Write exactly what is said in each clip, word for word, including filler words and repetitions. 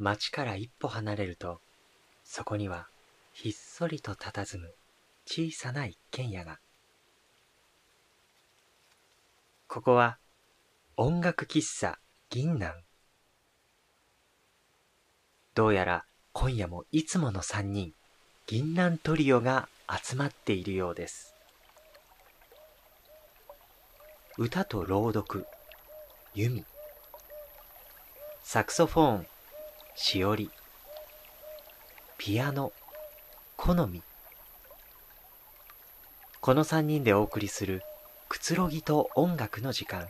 町から一歩離れると、そこにはひっそりと佇む小さな一軒家が。ここは音楽喫茶銀南。どうやら今夜もいつもの三人、銀南トリオが集まっているようです。歌と朗読、ユミ。サクソフォン、しおり。ピアノ、好み。この三人でお送りするくつろぎと音楽の時間。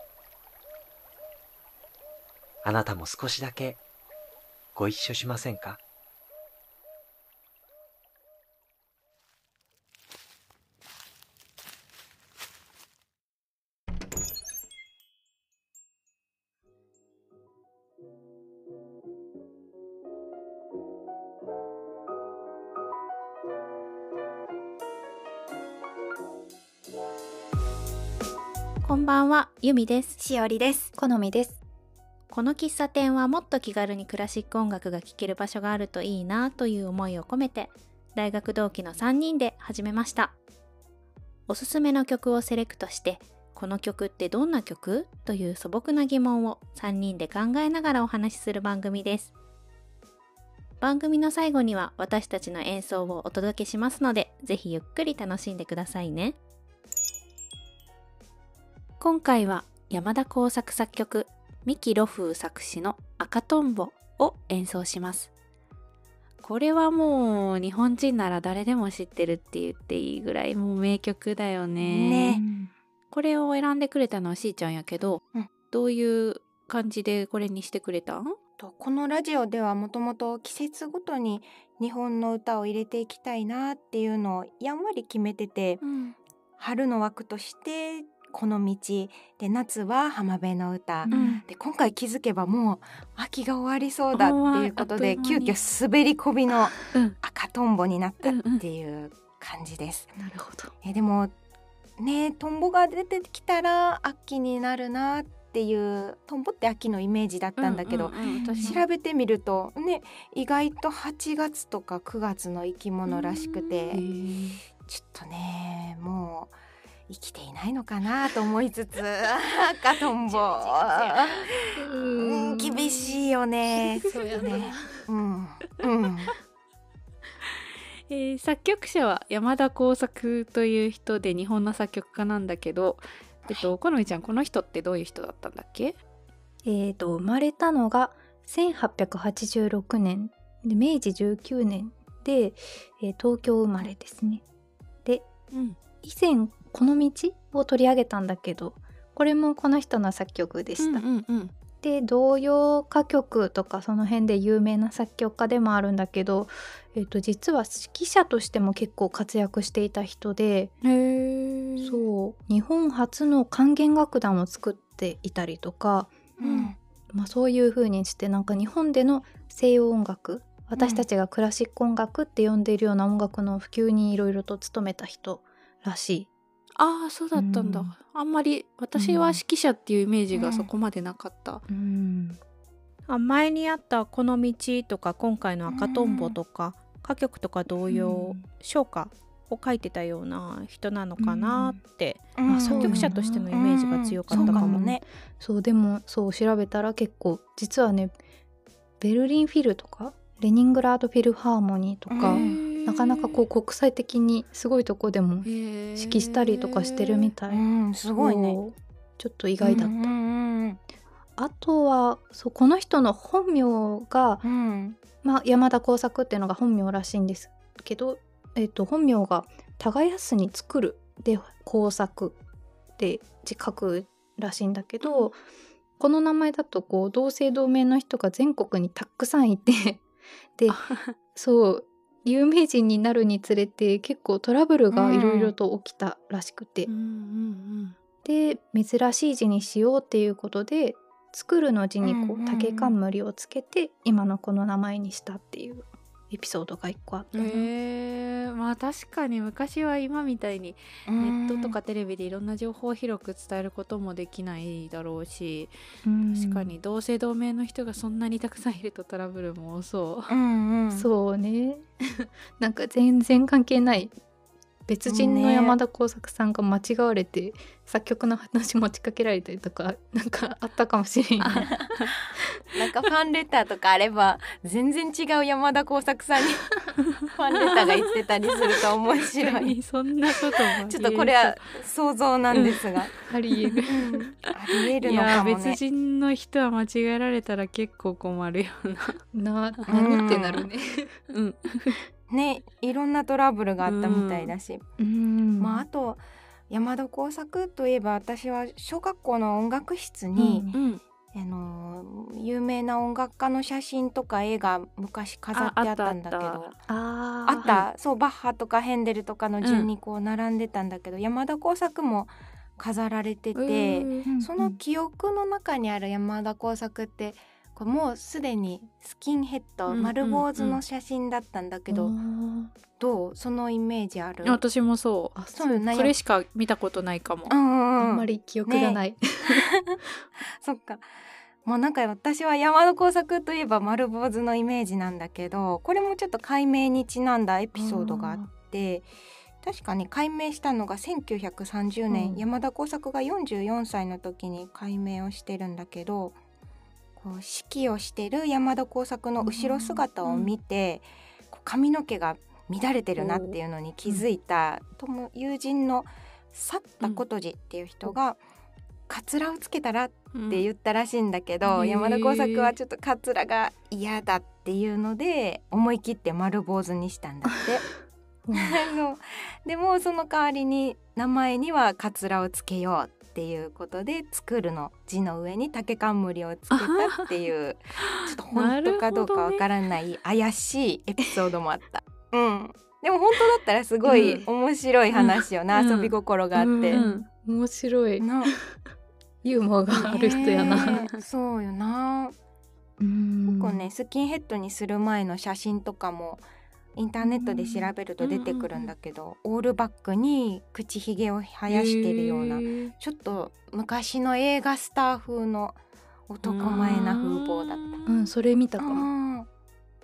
あなたも少しだけご一緒しませんか？ こんばんは、ゆみです。 しおりです。 好みです。 この喫茶店はもっと気軽にクラシック音楽が聴ける場所があるといいなという思いを込めて、大学同期のさんにんで始めました。おすすめの曲をセレクトして、この曲ってどんな曲？という素朴な疑問をさんにんで考えながらお話しする番組です。番組の最後には私たちの演奏をお届けしますので、ぜひゆっくり楽しんでくださいね。今回は山田耕作作曲、三木露風作詞の赤とんぼを演奏します。これはもう日本人なら誰でも知ってるって言っていいぐらいもう名曲だよね。 ね。 これを選んでくれたのはしーちゃんやけど、 うん、 どういう感じでこれにしてくれたん？ とこのラジオではもともと季節ごとに日本の歌を入れていきたいなっていうのをやんわり決めてて、 うん、 春の枠としてこの道で、夏は浜辺の歌、 うん、 で今回気づけばもう秋が終わりそうだっていうことで、急あっという間に遽滑り込みのうん、 赤とんぼになったっていう感じです。 なるほど。 えでもね、トンボが出てきたら秋になるなっていう、トンボって秋のイメージだったんだけど、 うんうんうん、私調べてみるとね、意外とはちがつとかくがつの生き物らしくて、ちょっとねもう生きていないのかなと思いつつ赤とんぼうん厳しいよね。 そうやね。 うんうんえー作曲者は山田耕作という人で日本の作曲家なんだけど、えっと、好みちゃん、この人ってどういう人だったんだっけ？ えーと生まれたのがせんはっぴゃくはちじゅうろくねんで、明治じゅうきゅうねんで、えー東京生まれですね。で、 うん、 以前この道を取り上げたんだけど、これもこの人の作曲でした。 うんうんうん、 で、童謡歌曲とかその辺で有名な作曲家でもあるんだけど、えーと実は指揮者としても結構活躍していた人で、 へー、 そう日本初の管弦楽団を作っていたりとか、 うんまあ、そういう風にしてなんか日本での西洋音楽、私たちがクラシック音楽って呼んでいるような音楽の普及にいろいろと努めた人らしい。 ああ、そうだったんだ、 うん、 あんまり私は指揮者っていうイメージがそこまでなかった、 うんあ、前にあったこの道とか今回の赤とんぼとか、歌曲とか同様、 うん唱歌を書いてたような人なのかなって、 うんあ、作曲者としてのイメージが強かったかも、 うんそうかもね。 そうでもそう調べたら結構実はね、ベルリンフィルとかレニングラードフィルハーモニーとか、 うんなかなかこう国際的にすごいとこでも指揮したりとかしてるみたい。 うんすごいね。 そうちょっと意外だった。 うんうんあとはそうこの人の本名が、 うんまあ、山田耕作っていうのが本名らしいんですけど、えっと、本名が耕すに作るで耕作で字書くらしいんだけど、この名前だとこう同姓同名の人が全国にたくさんいてでそう有名人になるにつれて結構トラブルがいろいろと起きたらしくて、 うんうんで珍しい字にしようっていうことで作るの字にこうんうんううん竹冠をつけて今のこの名前にしたっていうエピソードがいっこあったへな。 え、まあ確かに昔は今みたいにネットとかテレビでいろんな情報を広く伝えることもできないだろうし、 うん確かに同姓同名の人がそんなにたくさんいるとトラブルも多そう。 うんうん、 そうねなんか全然関係ない別人の山田耕作さんが間違われて、作曲の話持ちかけられたりとかなんかあったかもしれないなんかファンレターとかあれば全然違う山田耕作さんにファンレターが言ってたりすると面白いそんなこともちょっとこれは想像なんですが、 ありえるうんありえるいやのかもね。 別人の人は間違えられたら結構困るよな。 な何ってなるねうんね、いろんなトラブルがあったみたいだし、 うんまああと山田耕作といえば私は小学校の音楽室に、 うんうんあの有名な音楽家の写真とか絵が昔飾ってあったんだけど、 あああったあーったそうバッハとかヘンデルとかの順にこう並んでたんだけど、山田耕作も飾られてて、 うんその記憶の中にある山田耕作ってこれもうすでにスキンヘッド、 うん丸坊主の写真だったんだけど、 おーどうそのイメージある？ 私もそうあそうよね。 それしか見たことないかも。 うんうんうん、 あんまり記憶がない、 そっか。もうなんか私は山田耕作といえば丸坊主のイメージなんだけど、これもちょっと改名にちなんだエピソードがあって、確かに改名したのがせんきゅうひゃくさんじゅうねん、 うん山田耕作がよんじゅうよんさいの時に改名をしてるんだけど、こう指揮をしてる山田耕作の後ろ姿を見て、こう髪の毛が乱れてるなっていうのに気づいた、とも友人の去ったことじっていう人が、カツラをつけたらって言ったらしいんだけど、 うん山田耕作はちょっとカツラが嫌だっていうので思い切って丸坊主にしたんだってそうでもその代わりに名前にはカツラをつけようっていうことで作るの字の上に竹冠をつけたっていうちょっと本当かどうかわからない怪しいエピソードもあった、うん、でも本当だったらすごい面白い話よな、 うん遊び心があって、 うん面白いなユーモアがある人やな、 ねえそうよな。 うん結構ねスキンヘッドにする前の写真とかもインターネットで調べると出てくるんだけど、オールバックに口ひげを生やしてるような、 へーちょっと昔の映画スター風の男前な風貌だっうんそれ見たた。 かも、 うん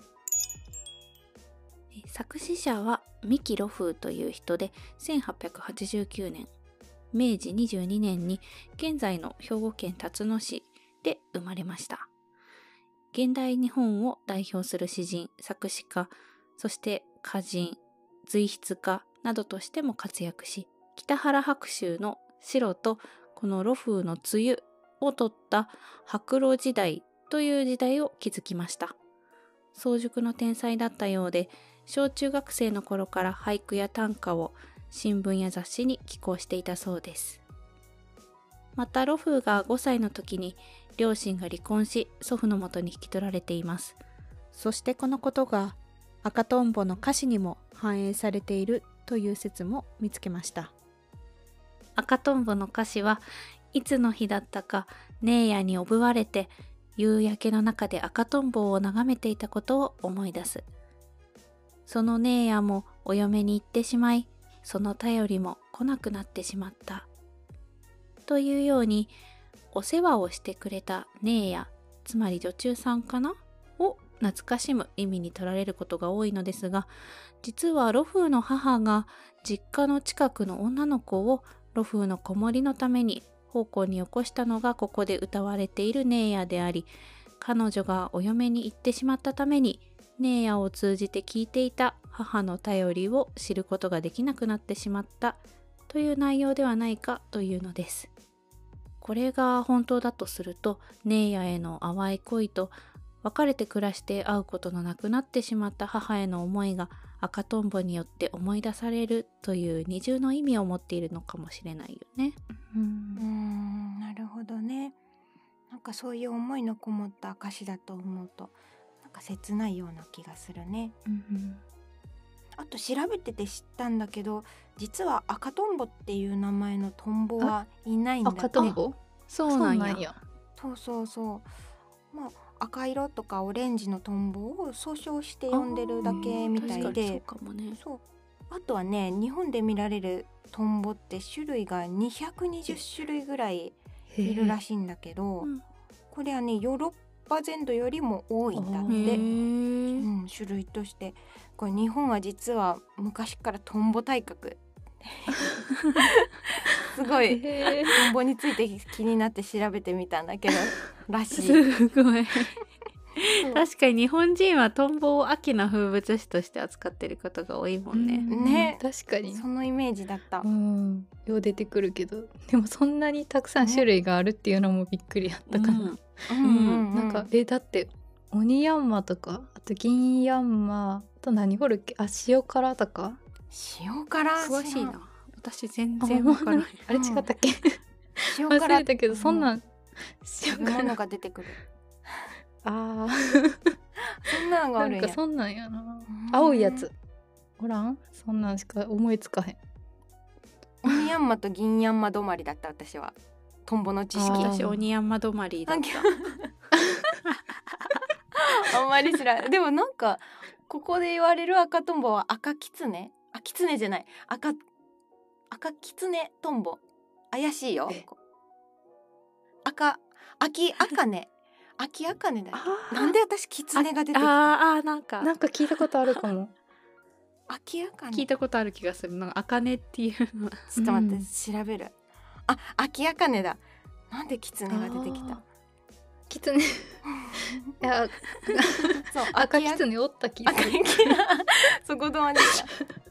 作詞者は三木露風という人でせんはっぴゃくはちじゅうきゅうねんめいじにじゅうにねんに現在の兵庫県辰野市で生まれました。現代日本を代表する詩人、作詞家、そして歌人、随筆家などとしても活躍し、北原白秋の白とこの露風の梅雨を取った白露時代という時代を築きました。早熟の天才だったようで、小中学生の頃から俳句や短歌を新聞や雑誌に寄稿していたそうです。また露風がごさいの時に両親が離婚し、祖父のもとに引き取られています。そしてこのことが赤とんぼの歌詞にも反映されているという説も見つけました。赤とんぼの歌詞はいつの日だったか姉やにおぶわれて夕焼けの中で赤とんぼを眺めていたことを思い出す。その姉やもお嫁に行ってしまい、その便りも来なくなってしまった。というように、お世話をしてくれた姉や、つまり女中さんかなを懐かしむ意味に取られることが多いのですが、実は露風の母が実家の近くの女の子を露風の子守のために奉公に起こしたのがここで歌われている姉やであり、彼女がお嫁に行ってしまったために、姉やを通じて聞いていた母の便りを知ることができなくなってしまったという内容ではないかというのです。これが本当だとすると、姉やへの淡い恋と別れて暮らして会うことのなくなってしまった母への思いが赤とんぼによって思い出されるという二重の意味を持っているのかもしれないよね。 ううんんなるほどね。なんかそういう思いのこもった証だと思うとなんか切ないような気がするね。 うんあと調べてて知ったんだけど、実は赤とんぼっていう名前のトンボはいないんだって。 赤とんぼそうなんや。 そうなんやそうそうそう。ま赤色とかオレンジのトンボを総称して呼んでるだけみたいで、 そうかもね。 そうあとはね、日本で見られるトンボって種類がにひゃくにじゅっしゅるいぐらいいるらしいんだけど、 うん、 これはねヨーロッパ全土よりも多いんだって、 へうーん、種類として。これ日本は実は昔からトンボ大国すごいへトンボについて気になって調べてみたんだけどらしい。 すごい。 そう確かに日本人はトンボを秋の風物詩として扱ってることが多いもんね。 ね確かにそのイメージだった。 うんよう出てくるけど、でもそんなにたくさん種類があるっていうのもびっくりやったかな、 うんうんうなんかえだってオニヤンマとか、あと銀ヤンマと何掘るっけ、あ塩辛とか、 塩辛詳しいな。私全然わからない。 あれ違ったっけ、 塩忘辛れたけど、そんなん塩いうもの辛が出てくる。 あそんなのがーあるんや。 なんかそんなんやな。 うん青いやつおらん、そんなんしか思いつかへん。 オニヤンマと銀ヤンマ止まりだった私は。トンボの知識あー私オニヤンマ止まりだった。 あんまり知らない。でもなんかここで言われる赤トンボは赤キツネ、あキツネじゃない、赤赤キツネトンボ、怪しいよ。 え赤秋赤ね秋赤ねだよ。 あーなんで私キツネが出てきた。 あーあーなんかなんか聞いたことあるかも。 秋赤ね。 聞いたことある気がする。なんか茜っていうの。 ちょっと待って、 うん調べる。あ秋赤ねだ。なんでキツネが出てきた。 キツネいやそう赤秋キツネおった気がする。 赤いキツネそこどまでした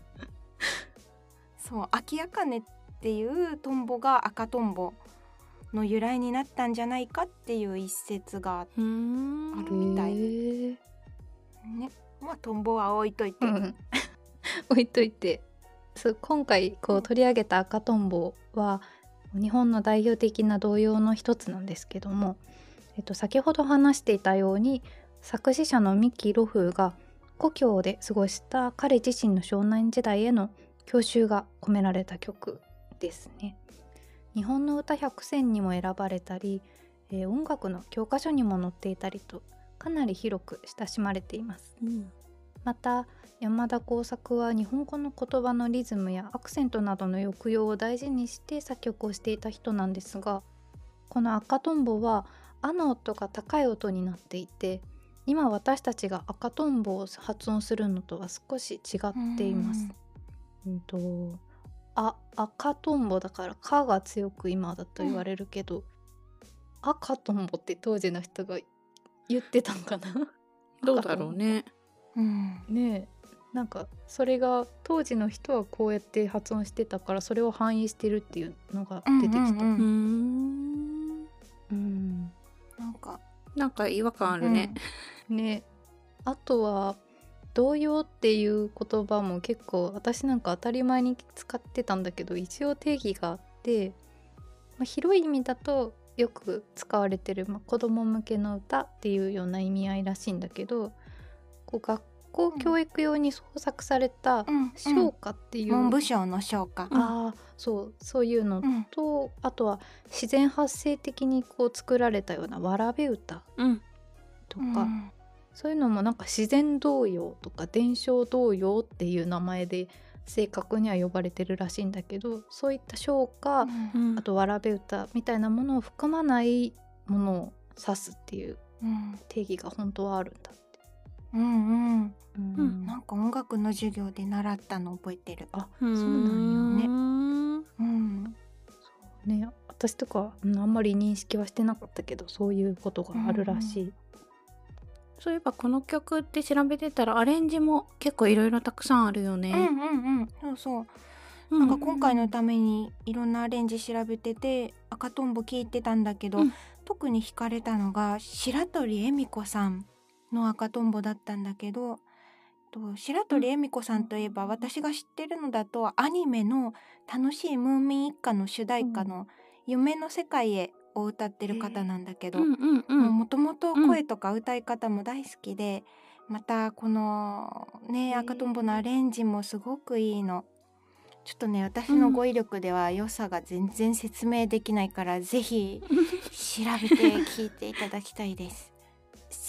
そう秋茜っていうトンボが赤トンボの由来になったんじゃないかっていう一説があうーんあるみたいへーね。まあトンボは置いといて、 うん置いといて、そう今回こう取り上げた赤とんぼは日本の代表的な童謡の一つなんですけども、えっと、先ほど話していたように作詞者の三木露風が故郷で過ごした彼自身の少年時代への郷愁が込められた曲ですね。日本の歌百選にも選ばれたり、えー音楽の教科書にも載っていたりとかなり広く親しまれています。 うんまた山田耕作は日本語の言葉のリズムやアクセントなどの抑揚を大事にして作曲をしていた人なんですが、この赤とんぼはあの音が高い音になっていて、今私たちが赤とんぼを発音するのとは少し違っています。うんとあ赤とんぼだから「か」が強く今だと言われるけど、赤とんぼって当時の人が言ってたんかなどうだろうね。 うんねえ、なんかそれが当時の人はこうやって発音してたから、それを反映してるっていうのが出てきた。 うんうんうーんうんなんかなんか違和感あるね。 ね、あとは童謡っていう言葉も結構私なんか当たり前に使ってたんだけど、一応定義があって、まあ、広い意味だとよく使われてる、まあ、子供向けの歌っていうような意味合いらしいんだけど、こう学校教育用に創作されたうんうん唱歌っていう、 文部省の唱歌。 ああそうそういうのうんと、あとは自然発生的にこう作られたようなわらべ歌うんとか、 うんそういうのもなんか自然童謡とか伝承童謡っていう名前で正確には呼ばれてるらしいんだけど、そういった唱歌、 うんあとわらべ歌みたいなものを含まないものを指すっていううん定義が本当はあるんだって。 うんうんうんうんなんか音楽の授業で習ったの覚えてる。 あうーんそうなんやね。 うんね、私とか、うんあんまり認識はしてなかったけど、そういうことがあるらしい。 そういえばこの曲って調べてたらアレンジも結構いろいろたくさんあるよね。 うんうんうんそうそう。 うなんか今回のためにいろんなアレンジ調べてて赤とんぼ聞いてたんだけど、 うん特に惹かれたのが白鳥恵美子さんの赤とんぼだったんだけど、と白鳥恵美子さんといえば私が知ってるのだとアニメの楽しいムーミン一家の主題歌の夢の世界へを歌ってる方なんだけど、 うんうんうんもともと声とか歌い方も大好きで、またこのねへー赤とんぼのアレンジもすごくいいの。ちょっとね私の語彙力では良さが全然説明できないから、ぜひ調べて聞いていただきたいです。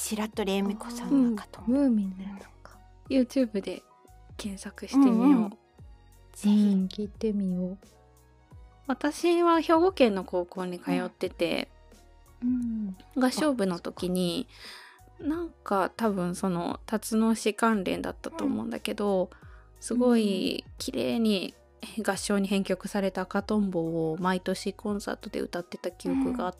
白鳥恵美子さんのかと思う、 ムーミンね、なんか YouTube で検索してみよう、 うんうんぜひひ聞いてみよう。 私は兵庫県の高校に通ってて、 うん合唱部の時になんか多分その辰野市関連だったと思うんだけど、すごい綺麗に合唱に編曲された赤とんぼを毎年コンサートで歌ってた記憶があって、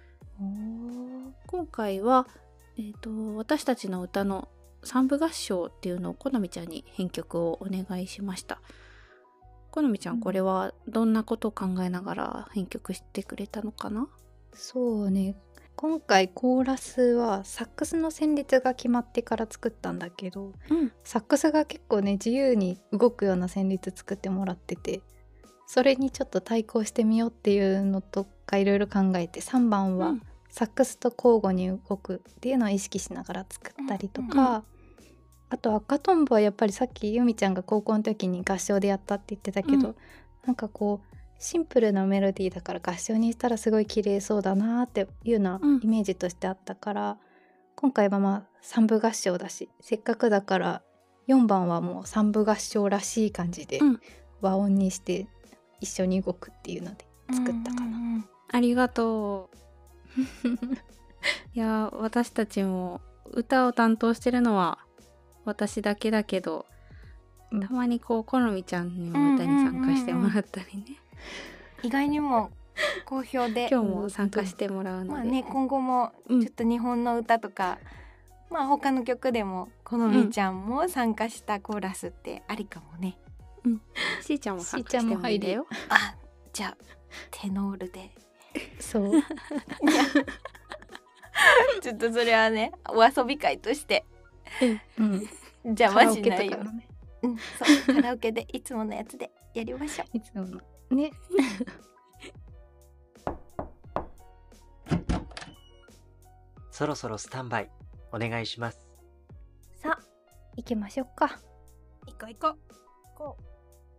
今回は、えーと、私たちの歌の三部合唱っていうのを好みちゃんに編曲をお願いしました。好みちゃん、これはどんなことを考えながら編曲してくれたのかな？ そうね、今回コーラスはサックスの旋律が決まってから作ったんだけど、 うんサックスが結構ね自由に動くような旋律作ってもらってて、それにちょっと対抗してみようっていうのとかいろいろ考えて、さんばんはうんサックスと交互に動くっていうのを意識しながら作ったりとか、 うんうんあと赤とんぼはやっぱりさっきゆみちゃんが高校の時に合唱でやったって言ってたけど、 うんなんかこうシンプルなメロディーだから合唱にしたらすごい綺麗そうだなっていうようなうんイメージとしてあったから、今回はまあ三部合唱だし、せっかくだからよんばんはもう三部合唱らしい感じでうん和音にして一緒に動くっていうので作ったかな。 うんうんうんありがとう。いや私たちも歌を担当してるのは私だけだけど、 うんたまにこう好みちゃんにも歌に参加してもらったりね、 意外にも好評で今日も参加してもらうので、 まあね、今後もうんちょっと日本の歌とか、まあ他の曲でも好みちゃんも参加したコーラスってありかもね、 しーちゃんも参加してもいいんだよ。 あ、じゃあテノールでそうちょっとそれはねお遊び会としてうん邪魔カラオケしないように、 とかのね、 うん、そうカラオケでいつものやつでやりましょう。 いつものねそろそろスタンバイお願いします。 さあ行きましょうか。 行こう行こう行こう。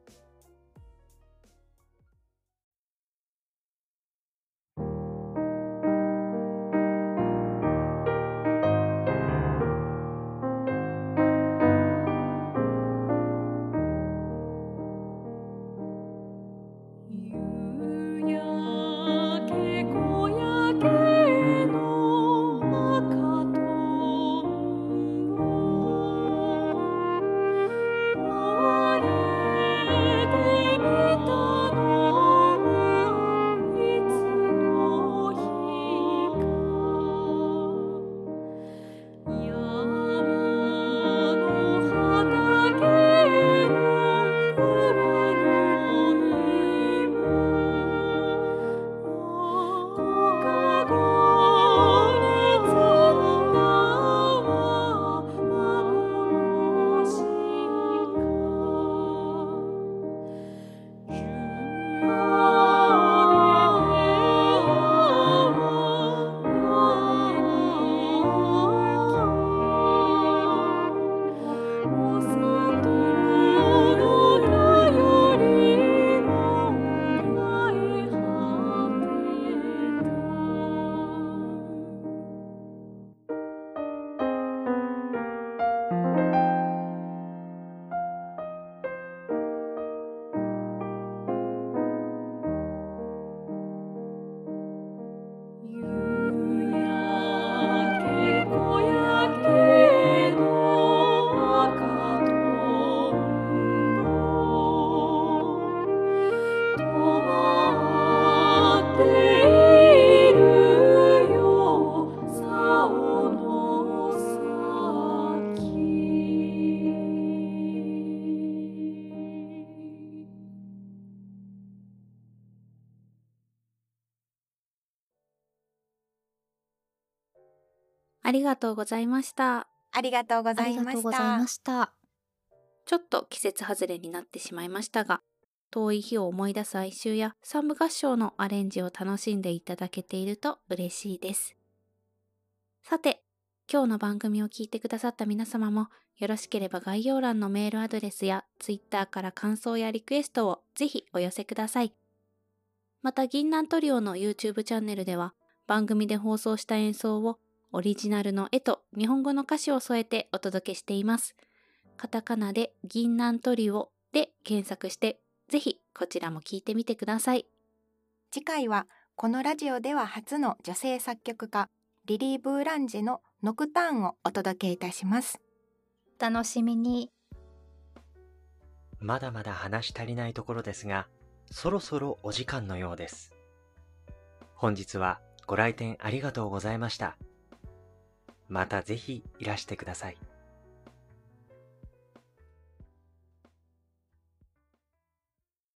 ありがとうございました。 ありがとうござありいましがとうございたま。した。 ちょっと季節外れになってしまいましたが、遠い日を思い出す哀愁や三部合唱のアレンジを楽しんでいただけていると嬉しいです。さて、今日の番組を聞いてくださった皆様も、よろしければ概要欄のメールアドレスや Twitter から感想やリクエストをぜひお寄せください。また、銀杏トリオの YouTube チャンネルでは、番組で放送した演奏をオリジナルの絵と日本語の歌詞を添えてお届けしています。カタカナで銀杏トリオで検索して、ぜひこちらも聴いてみてください。 次回はこのラジオでは初の女性作曲家リリー・ブーランジェのノクターンをお届けいたします。 楽しみに。 まだまだ話し足りないところですが、そろそろお時間のようです。本日はご来店ありがとうございました。またぜひいらしてください。